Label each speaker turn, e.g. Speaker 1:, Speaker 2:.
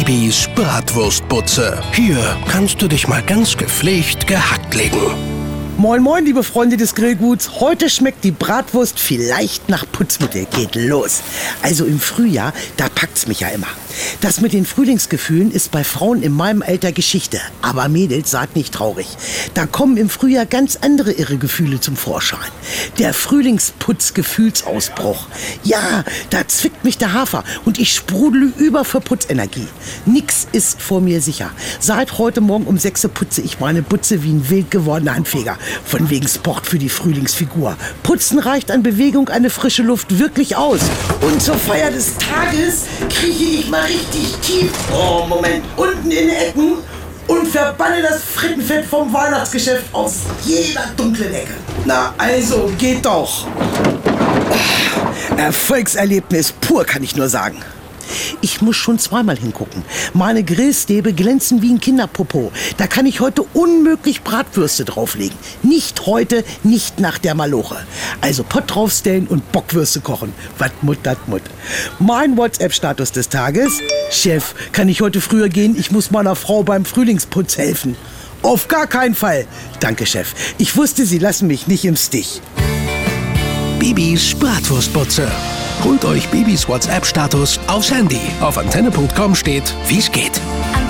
Speaker 1: Bibis Bratwurstbutze. Hier kannst du dich mal ganz gepflegt gehackt legen.
Speaker 2: Moin moin, liebe Freunde des Grillguts. Heute schmeckt die Bratwurst vielleicht nach Putzmittel. Geht los. Also im Frühjahr, da packt's mich ja immer. Das mit den Frühlingsgefühlen ist bei Frauen in meinem Alter Geschichte. Aber Mädels, seid nicht traurig. Da kommen im Frühjahr ganz andere irre Gefühle zum Vorschein. Der Frühlingsputzgefühlsausbruch. Ja, da zwickt mich der Hafer und ich sprudele über vor Putzenergie. Nix ist vor mir sicher. Seit heute Morgen um 6 Uhr putze ich meine Butze wie ein wild gewordener Handfeger. Von wegen Sport für die Frühlingsfigur. Putzen reicht an Bewegung eine frische Luft wirklich aus. Und zur Feier des Tages krieche ich mal richtig tief, unten in den Ecken und verbanne das Frittenfett vom Weihnachtsgeschäft aus jeder dunklen Ecke. Na also, geht doch. Erfolgserlebnis pur, kann ich nur sagen. Ich muss schon zweimal hingucken. Meine Grillstäbe glänzen wie ein Kinderpopo. Da kann ich heute unmöglich Bratwürste drauflegen. Nicht heute, nicht nach der Maloche. Also Pott draufstellen und Bockwürste kochen. Wat mut, dat mut. Mein WhatsApp-Status des Tages: Chef, kann ich heute früher gehen? Ich muss meiner Frau beim Frühlingsputz helfen. Auf gar keinen Fall. Danke, Chef. Ich wusste, Sie lassen mich nicht im Stich.
Speaker 1: Bibis Bratwurstbutze. Holt euch Bibis WhatsApp-Status aufs Handy. Auf antenne.com steht, wie's geht.